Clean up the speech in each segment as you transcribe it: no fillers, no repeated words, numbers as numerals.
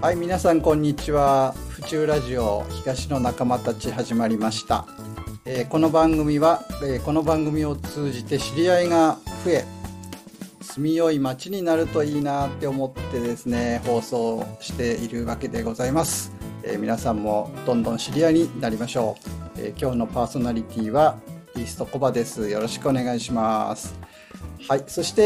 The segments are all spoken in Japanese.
はい、皆さんこんにちは。府中ラジオ東の仲間たち始まりました。この番組は、この番組を通じて知り合いが増え、住みよい街になるといいなって思ってですね、放送しているわけでございます。皆さんもどんどん知り合いになりましょう。今日のパーソナリティはイーストコバです。よろしくお願いします。はい、そして、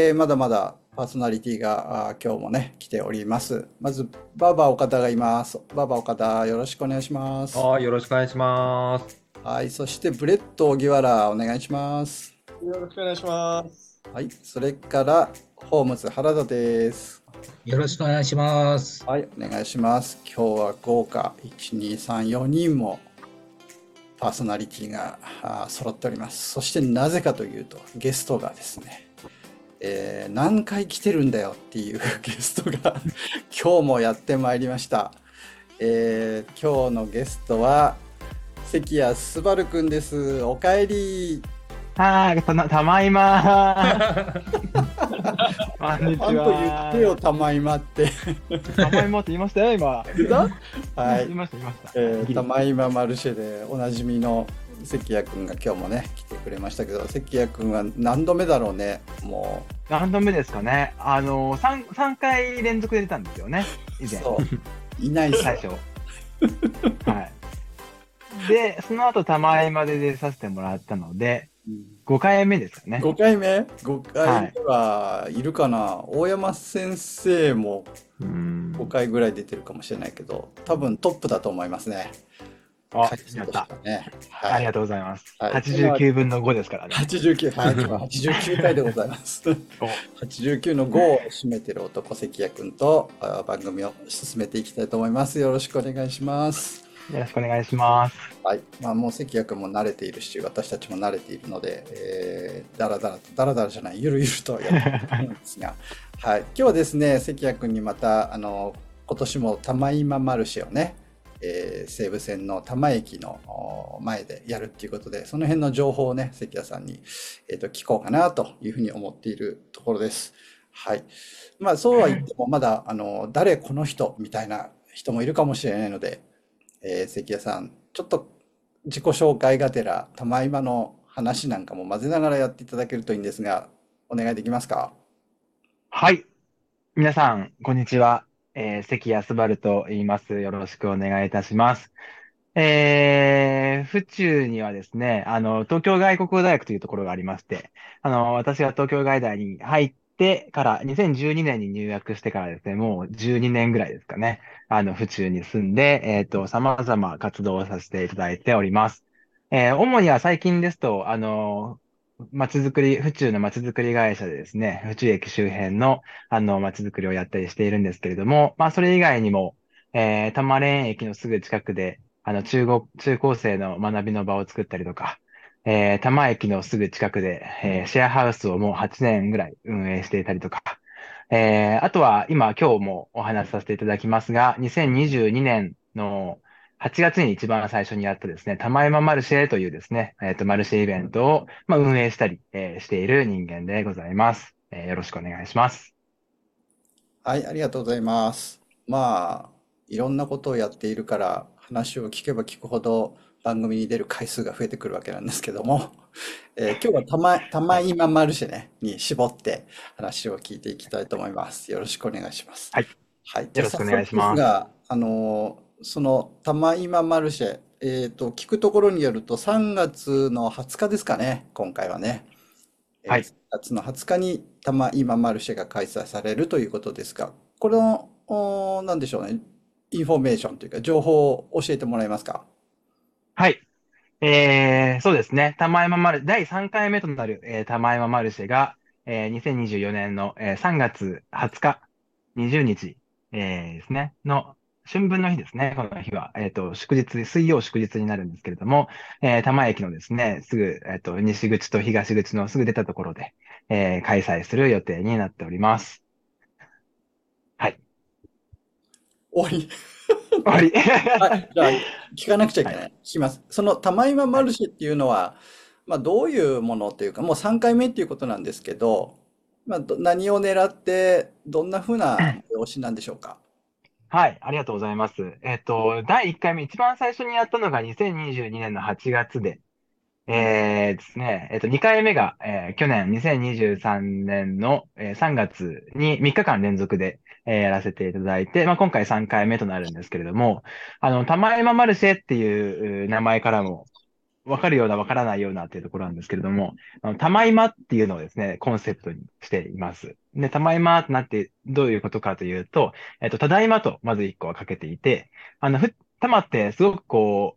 まだまだパーソナリティが今日もね来ております。まずバーバー岡田がいます。バーバー岡田、よろしくお願いします。 よろしくお願いします。 はい、そしてブレッド荻原お願いします。 よろしくお願いします。 はい、それからホームズ原田です。 よろしくお願いします。 はい、お願いします。今日は豪華1、2、3、4人もパーソナリティが揃っております。そしてなぜかというとゲストがですね、何回来てるんだよっていうゲストが今日もやってまいりました。今日のゲストは関谷すばるくんです。おかえり。 たまいまこんにちちゃんと言ってよ、 は。 たまいまって。 たまいまって言いましたよ、今。 言ったはい。 言いました、言いました。ギたリ。 まいまマルシェでおなじみの関谷くんが今日もね、来てくれましたけど、関谷くんは何度目だろうね、も何度目ですかね。3回連続で出たんですよね、以う。 前、 そう。いないっすよ。 最初。はい。で、その後、たまいまで出させてもらったので、5回目ですかね。 5回目 ?5 回はい。 目はいるかな。大山先生も5回ぐらい出てるかもしれないけど、多分トップだと思いますね。回数としてやった。 はね。はい。 ありがとうございます。 はい。 89分の5ですからね。 89、はい、今日は89回でございます。 お、 89の5を占めてる男、関谷君と番組を進めていきたいと思います。よろしくお願いします。 よろしくお願いします。 はい。まあ、もう関谷君も慣れているし、私たちも慣れているので、だらだらと、だらだらじゃない、ゆるゆるとやっているんですが、はい。今日はですね、関谷君にまた、今年も玉今マルシェをね、西武線の多摩駅の前でやるっていうことで、その辺の情報をね、関谷さんに、聞こうかなというふうに思っているところです。はい。まあ、そうは言っても、まだ、誰この人みたいな人もいるかもしれないので、関谷さん、ちょっと自己紹介がてら、たま今の話なんかも混ぜながらやっていただけるといいんですが、お願いできますか？ はい。皆さん、こんにちは。関谷昴と言います。よろしくお願いいたします。府中にはですね、東京外国語大学というところがありまして、私が東京外大に入ってから、2012年に入学してからですね、もう12年ぐらいですかね、府中に住んで、様々活動をさせていただいております。主には最近ですと、府中の街づくり会社でですね、府中駅周辺の、街づくりをやったりしているんですけれども、まあ、それ以外にも、多摩連駅のすぐ近くで、中高生の学びの場を作ったりとか、多摩駅のすぐ近くで、シェアハウスをもう8年ぐらい運営していたりとか、あとは今日もお話しさせていただきますが、2022年の8月に一番最初にやったですね、玉山マルシェというですね、マルシェイベントを、運営したり、している人間でございます。よろしくお願いします。 はい、ありがとうございます。まあ、いろんなことをやっているから、話を聞けば聞くほど番組に出る回数が増えてくるわけなんですけども、今日はたまはい。 今マルシェね、に絞って話を聞いていきたいと思います。よろしくお願いします。 はい。 はい。じゃあ早よろしくお願い速します。 ですが、その玉今マルシェ、聞くところによると3月の20日ですかね、今回はね。3 はい。 月の20日に玉今マルシェが開催されるということですが、この、なんでしょうね、インフォメーションというか、情報を教えてもらえますか？ はい。そうですね。第3回目となる、玉山マルシェが、2024年の、3月20日、20日、ですね、の春分の日ですね。この日は、水曜祝日になるんですけれども、多摩駅のですね、すぐ、西口と東口のすぐ出たところで、開催する予定になっております。はい。 終わり。 終わり。 はい。じゃあ、聞かなくちゃいはい。 けない。聞きます。その玉今マはい。 ルシェっていうのは、まあ、どういうものというか、もう3回目っていうことなんですけど、まあ、何を狙って、どんなふうな催しなんでしょうか？ はい、ありがとうございます。第1回目、一番最初にやったのが2022年の8月で、 うん。 ですね、2回目が、去年2023年の、3月に3日間連続で、やらせていただいて、まあ、今回3回目となるんですけれども、玉山マルシェっていう名前からも、わかるような、わからないようなっていうところなんですけれども、玉今っていうのをですね、コンセプトにしています。で、玉今ってなってどういうことかというと、ただいまとまず一個はかけていて、玉ってすごく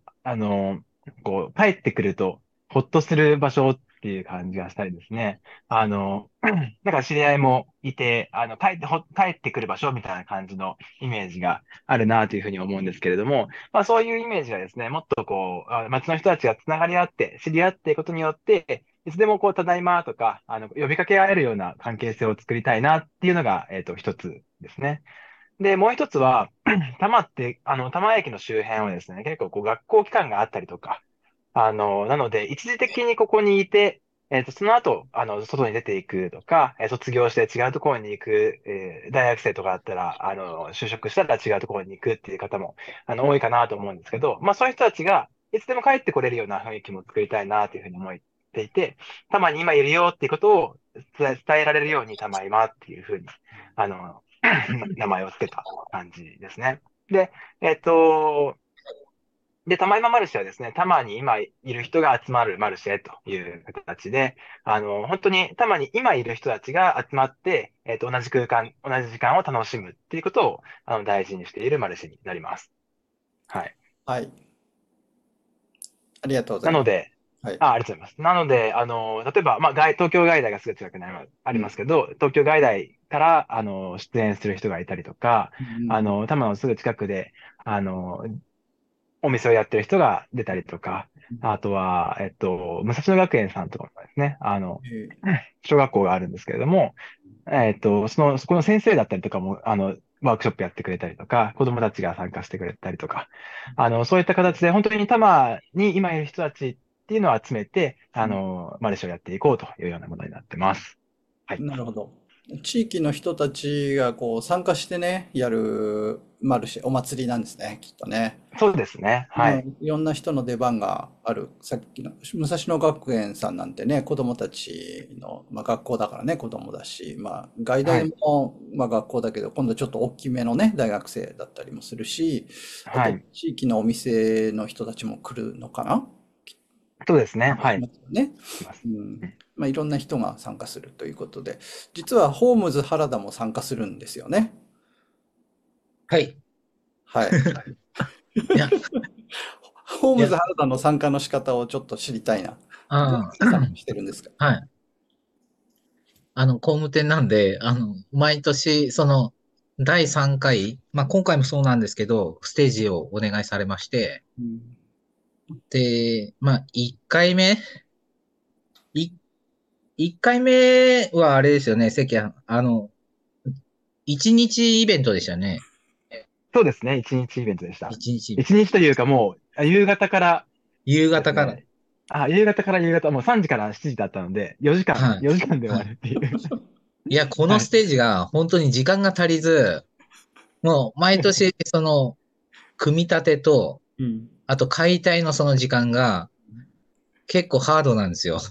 帰ってくると、ほっとする場所っていう感じがしたりですね。なんか知り合いもいて、帰ってくる場所みたいな感じのイメージがあるなというふうに思うんですけれども、まあそういうイメージがですね、もっと街の人たちがつながり合って、知り合っていくことによって、いつでもただいまとか、呼びかけ合えるような関係性を作りたいなっていうのが、一つですね。で、もう一つは、多摩って、多摩駅の周辺はですね、結構学校機関があったりとか、なので、一時的にここにいて、その後、外に出ていくとか、卒業して違うところに行く、大学生とかだったら、就職したら違うところに行くっていう方も、多いかなと思うんですけど、まあ、そういう人たちが、いつでも帰ってこれるような雰囲気も作りたいなというふうに思っていて、たまに今いるよっていうことを伝えられるように、たま今っていうふうに、あの、名前を付けた感じですね。で、えっと、玉今マルシェはですね、多摩に今いる人が集まるマルシェという形で、本当に多摩に今いる人たちが集まって、同じ空間、同じ時間を楽しむっていうことを、大事にしているマルシェになります。はい。 はい。ありがとうございます。 なので、 はい。 ありがとうございます。なので、例えば、まあ、東京外大がすぐ近くにあうん。 りますけど、東京外大から、出演する人がいたりとか、 うん。 多摩のすぐ近くで、あの、お店をやってる人が出たりとか、 うん。 あとは、武蔵野学園さんとかもですね、 ええ。 小学校があるんですけれども、そこの先生だったりとかも、ワークショップやってくれたりとか、子供たちが参加してくれたりとか、そういった形で、本当に多摩に今いる人たちっていうのを集めて、 うん。 マルシェをやっていこうというようなものになってます。はい。 なるほど。地域の人たちが参加してね、やるマルシェ、お祭りなんですね、きっとね。 そうですね。はい。 うん、いろんな人の出番がある。さっきの武蔵野学園さんなんてね、子供たちの、まあ、学校だからね、子供だし、まあ、外大はい。 も、まあ、学校だけど、今度ちょっと大きめのね、大学生だったりもするし、あと、 はい。 地域のお店の人たちも来るのかな。 そうですね。 参加しはい。 ますよね。 います。 うん。 うん。 まあ、いろんな人が参加するということで、実はホームズ原田も参加するんですよね。 はい。 はい。 いや、 ホーいや、 ムズ原田の参加の仕方をちょっと知りたいな。どうやっあて参加してるんですか？ はい。工務店なんで、毎年、第3回、まあ、今回もそうなんですけど、ステージをお願いされまして、 うん。 で、まあ、1回目、い、1回目はあれですよね、関谷、1日イベントでしたね。 そうですね。一日イベントでした。 1日、 一日というかもう、夕方から夕方から。 ですね。夕方から夕方、もう3時から7時だったので、 はい。 4時間で終はい。 わるっていう。 いや、このはい。 ステージが本当に時間が足りず、もう毎年、組み立てと、 うん。 あと解体のその時間が結構ハードなんですよ。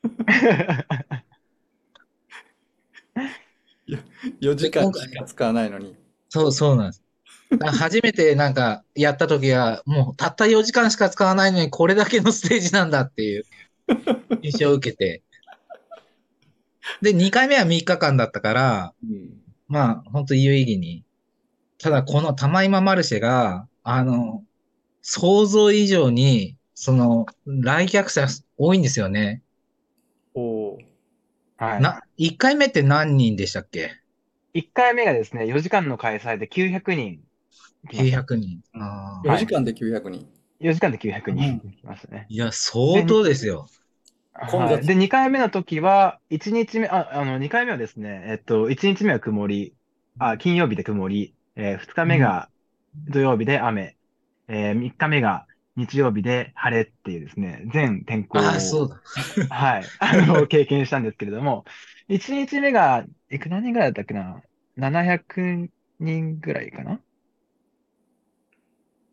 よ4 で、 時間今回、 しか使わないのに。 そうなんです。初めてなんかやった時は、もうたった4時間しか使わないのにこれだけのステージなんだっていう印象を受けて。で、2回目は3日間だったから、 うん。 まあ、本当有意義に。ただこの玉今マルシェが、想像以上に、来客者多いんですよね。 おお。 はい。 1回目って何人でしたっけ？ 1回目がですね、4時間の開催で900人来ました。 900 人。 うん。 はい。 4時間で900人。 4時間で900人うん。 来ましたね。 いや、 で、 相当ですよ。 はい。 混雑。 で、2回目の時は、1日目、2回目はですね、1日目は曇り、金曜日で曇り、2日うん。 目が土曜日で雨、3日目が日曜日で晴れっていうですね、全天ああ、 候を、 そうだ。 はい、経験したんですけれども、1日目が、何人ぐらいだったっけな？ 700 人ぐらいかな？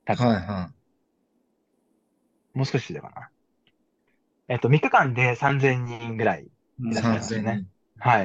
多分。 はいはもう少しだかな。3日間で3000人ぐらいい。 いらっしゃいました 3000 ね。 人。 はい。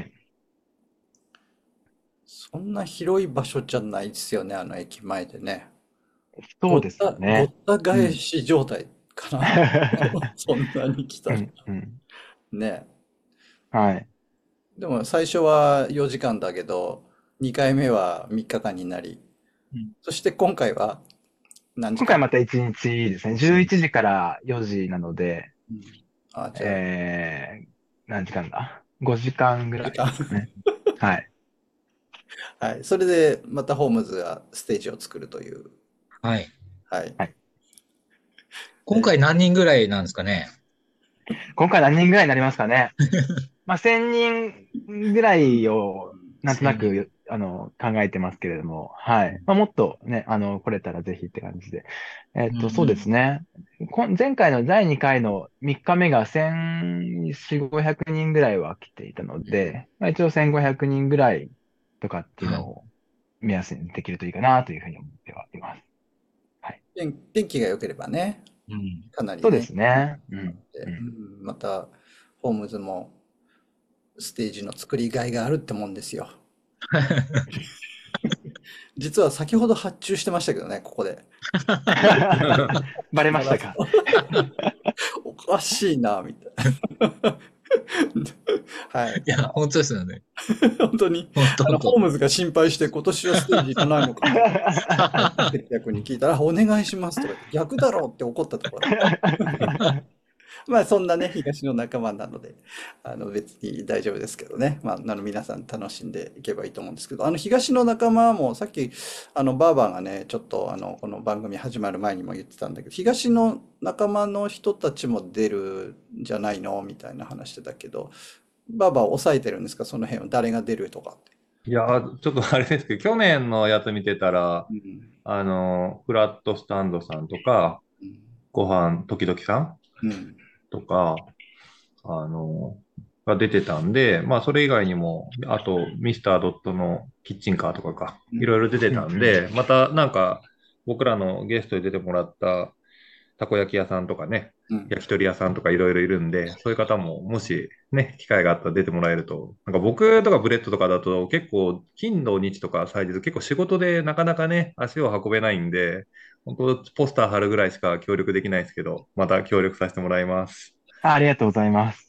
そんな広い場所じゃないですよね、あの駅前でね。 そうですごっね。 たうん。 返し状態かな。そんなに来たら。 うん、うん。 ね。 はい。 でも最初は4時間だけど、2回目は3日間になり、 うん。 そして今回は何時間？ 今回また1日ですね。11時から4時なので、 うん。あ、じゃあ、 え何時間だ？ 5 時間ぐらいで時間。 すかね。はい。 はい。それでまたホームズがステージを作るという。 はい。 はい。 はい。 今回何人ぐらいなんですかね。 今回何人ぐらいになりますかね。まあ、1000人ぐらうん。 いをなんとな 1000人。 く、考えてますけれども、はい。まあ、もっとね、来れたらぜひって感じで。 うんうそうでん。 すね。前回の第2回の3日目が1400、500人ぐらいは来ていたので、まあ、一応1500人ぐらいとかっていうはい。 のを目安にできるといいかなというふうに思ってはいます。はい。 天気が良ければね、 うん。 かなりね、 そうですね。うん。 あって、ううん。 ん、また、ホームズもステージの作りがいがあるってもんですよ。実は先ほど発注してましたけどね、ここで。 バレまマラソしたか？ ン。おかしいな、みたいな。はい。 いや、本当ですよね。 本当に、 本当本当。 ホームズが心配して、今年はステージいらないのかと、はい、逆に聞いたら、お願いしますとか言って、逆だろうって怒ったところ。まあそんなね、東の仲間なので、別に大丈夫ですけどね。まあ、皆さん楽しんでいけばいいと思うんですけど、東の仲間もさっき、バーバーがね、ちょっと、この番組始まる前にも言ってたんだけど、東の仲間の人たちも出るんじゃないのみたいな話してたけど、バーバー抑えてるんですかその辺を誰が出るとかって？ いやー、ちょっとあれですけど、去年のやつ見てたら、 うん。 フラットスタンドさんとか、 うん。 ご飯時々さんうん。 とか、あの、が出てたんで、まあ、それ以外にも、あと、ミスタードットのキッチンカーとかか、いろいうん。 ろ出てうんうん。 たんで、またなんか、僕らのゲストで出てもらったたこ焼き屋さんとかね、 うん。 焼き鳥屋さんとかいろいろいるんで、そういう方ももしね、機会があったら出てもらえると、なんか僕とかブレッドとかだと結構金土日とか祭日結構仕事でなかなかね、足を運べないんで、本当ポスター貼るぐらいしか協力できないですけど、また協力させてもらいます。 ありがとうございます。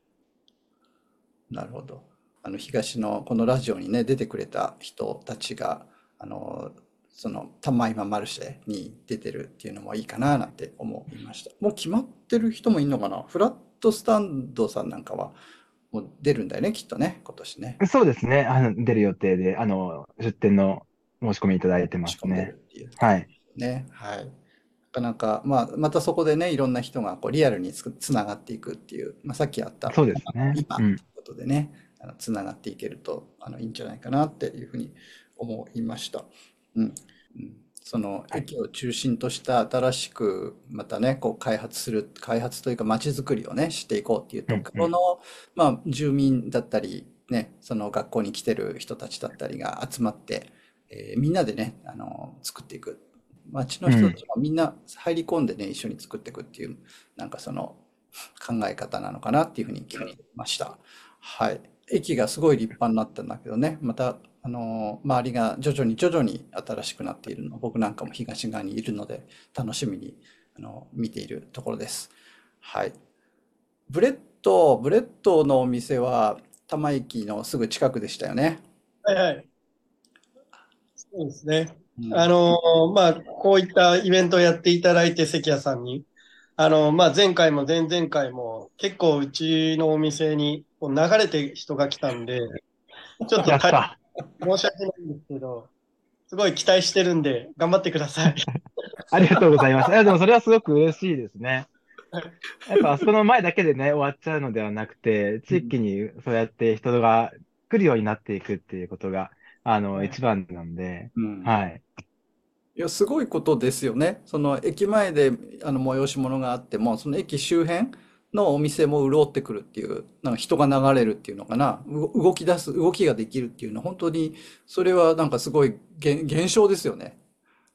なるほど。東のこのラジオにね、出てくれた人たちが、あの、玉今マルシェに出てるっていうのもいいかななんて思いました。もう決まってる人もいるのかな？フラットスタンドさんなんかはもう出るんだよね、きっとね、今年ね。 そうですね。出る予定で、出店の申し込みいただいてま仕込んですね。 るっていうことはい。 ですね。はい。なかなか、まあ、またそこでね、いろんな人がこうリアルにつながっていくっていう、まあ、さっきあったそうですね。 今といううん。 ことでね、つながっていけるといいんじゃないかなっていうふうに思いました。うん。うん、そのはい。 駅を中心とした新しくまたね、こう開発というか街づくりをね、していこうっていうとうん、うん。 ころの、まあ、住民だったり、ね、その学校に来てる人たちだったりが集まって、みんなでね、作っていく。町のうん。 人たちもみんな入り込んでね、一緒に作っていくっていう、なんかその考え方なのかなっていうふうに聞いてました。はい。駅がすごい立派になったんだけどね、また、周りが徐々に新しくなっているの、僕なんかも東側にいるので、楽しみに、見ているところです。はい。ブレッドのお店は、多摩駅のすぐ近くでしたよね。 はいはい。そうですね。 うん。 まあ、こういったイベントをやっていただいて、関谷さんに、まあ、前回も前々回も結構うちのお店にこう流れて人が来たんで、ちょっとやった。 申し訳ないんですけど、すごい期待してるんで、頑張ってください。 ありがとうございます。いや、でもそれはすごく嬉しいですね。やっぱあそこの前だけでね、終わっちゃうのではなくて、 うん。 地域にそうやって人が来るようになっていくっていうことが、一番なんで、 うん。 はい。 いや、すごいことですよね。その駅前で催し物があっても、その駅周辺のお店も潤ってくるっていう、なんか人が流れるっていうのかな、動き出す、動きができるっていうのは、本当に、それはなんかすごい現象ですよね。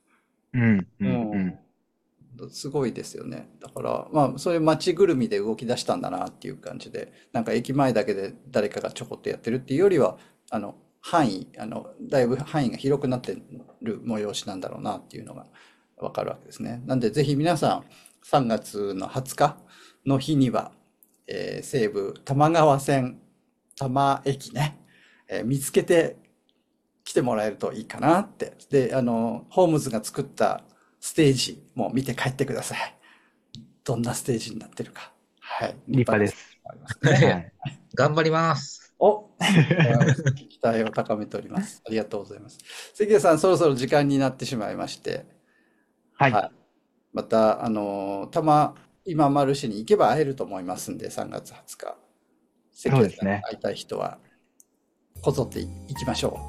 うん、う、 うんすごいですよね。だから、まあ、そういう街ぐるみで動き出したんだなっていう感じで、なんか駅前だけで誰かがちょこっとやってるっていうよりは、だいぶ範囲が広くなってる催しなんだろうなっていうのがわかるわけですね。なんで、ぜひ皆さん、3月の20日の日には、西武多摩川線多摩駅ね、見つけて来てもらえるといいかなって。で、ホームズが作ったステージも見て帰ってください。どんなステージになってるか。はい。 立派です。 ありますね。 はい。 頑張ります。 お、期待を高めております。ありがとうございます。関谷さん、そろそろ時間になってしまいまして、 はい。 はい。また、今丸市に行けば会えると思いますんで、3月20日。関谷さんにそうですね。 会いたい人は、こぞって行きましょ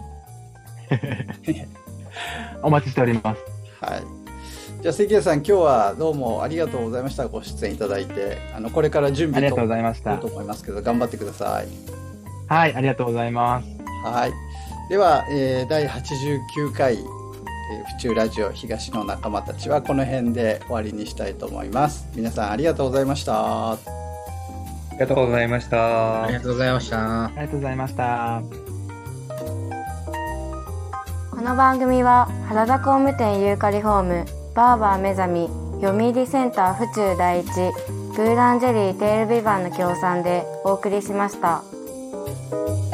お待ちしております。 う。はい。じゃあ関谷さん、今日はどうもありがとうございました。ご出演いただいて、これから準ありがとう備とございましたすると。思いますけど、頑張ってください。 はい、ありがとうございます。 はい。では、第89回、府中ラジオ東の仲間たちはこの辺で終わりにしたいと思います。皆さんありがとうございました。 ありがとうございました。 ありがとうございました。 ありがとうございました。 この番組は原田工務店ユーカリホームバーバー目覚み読売センター府中第一ブーランジェリーテールビバンの協賛でお送りしました。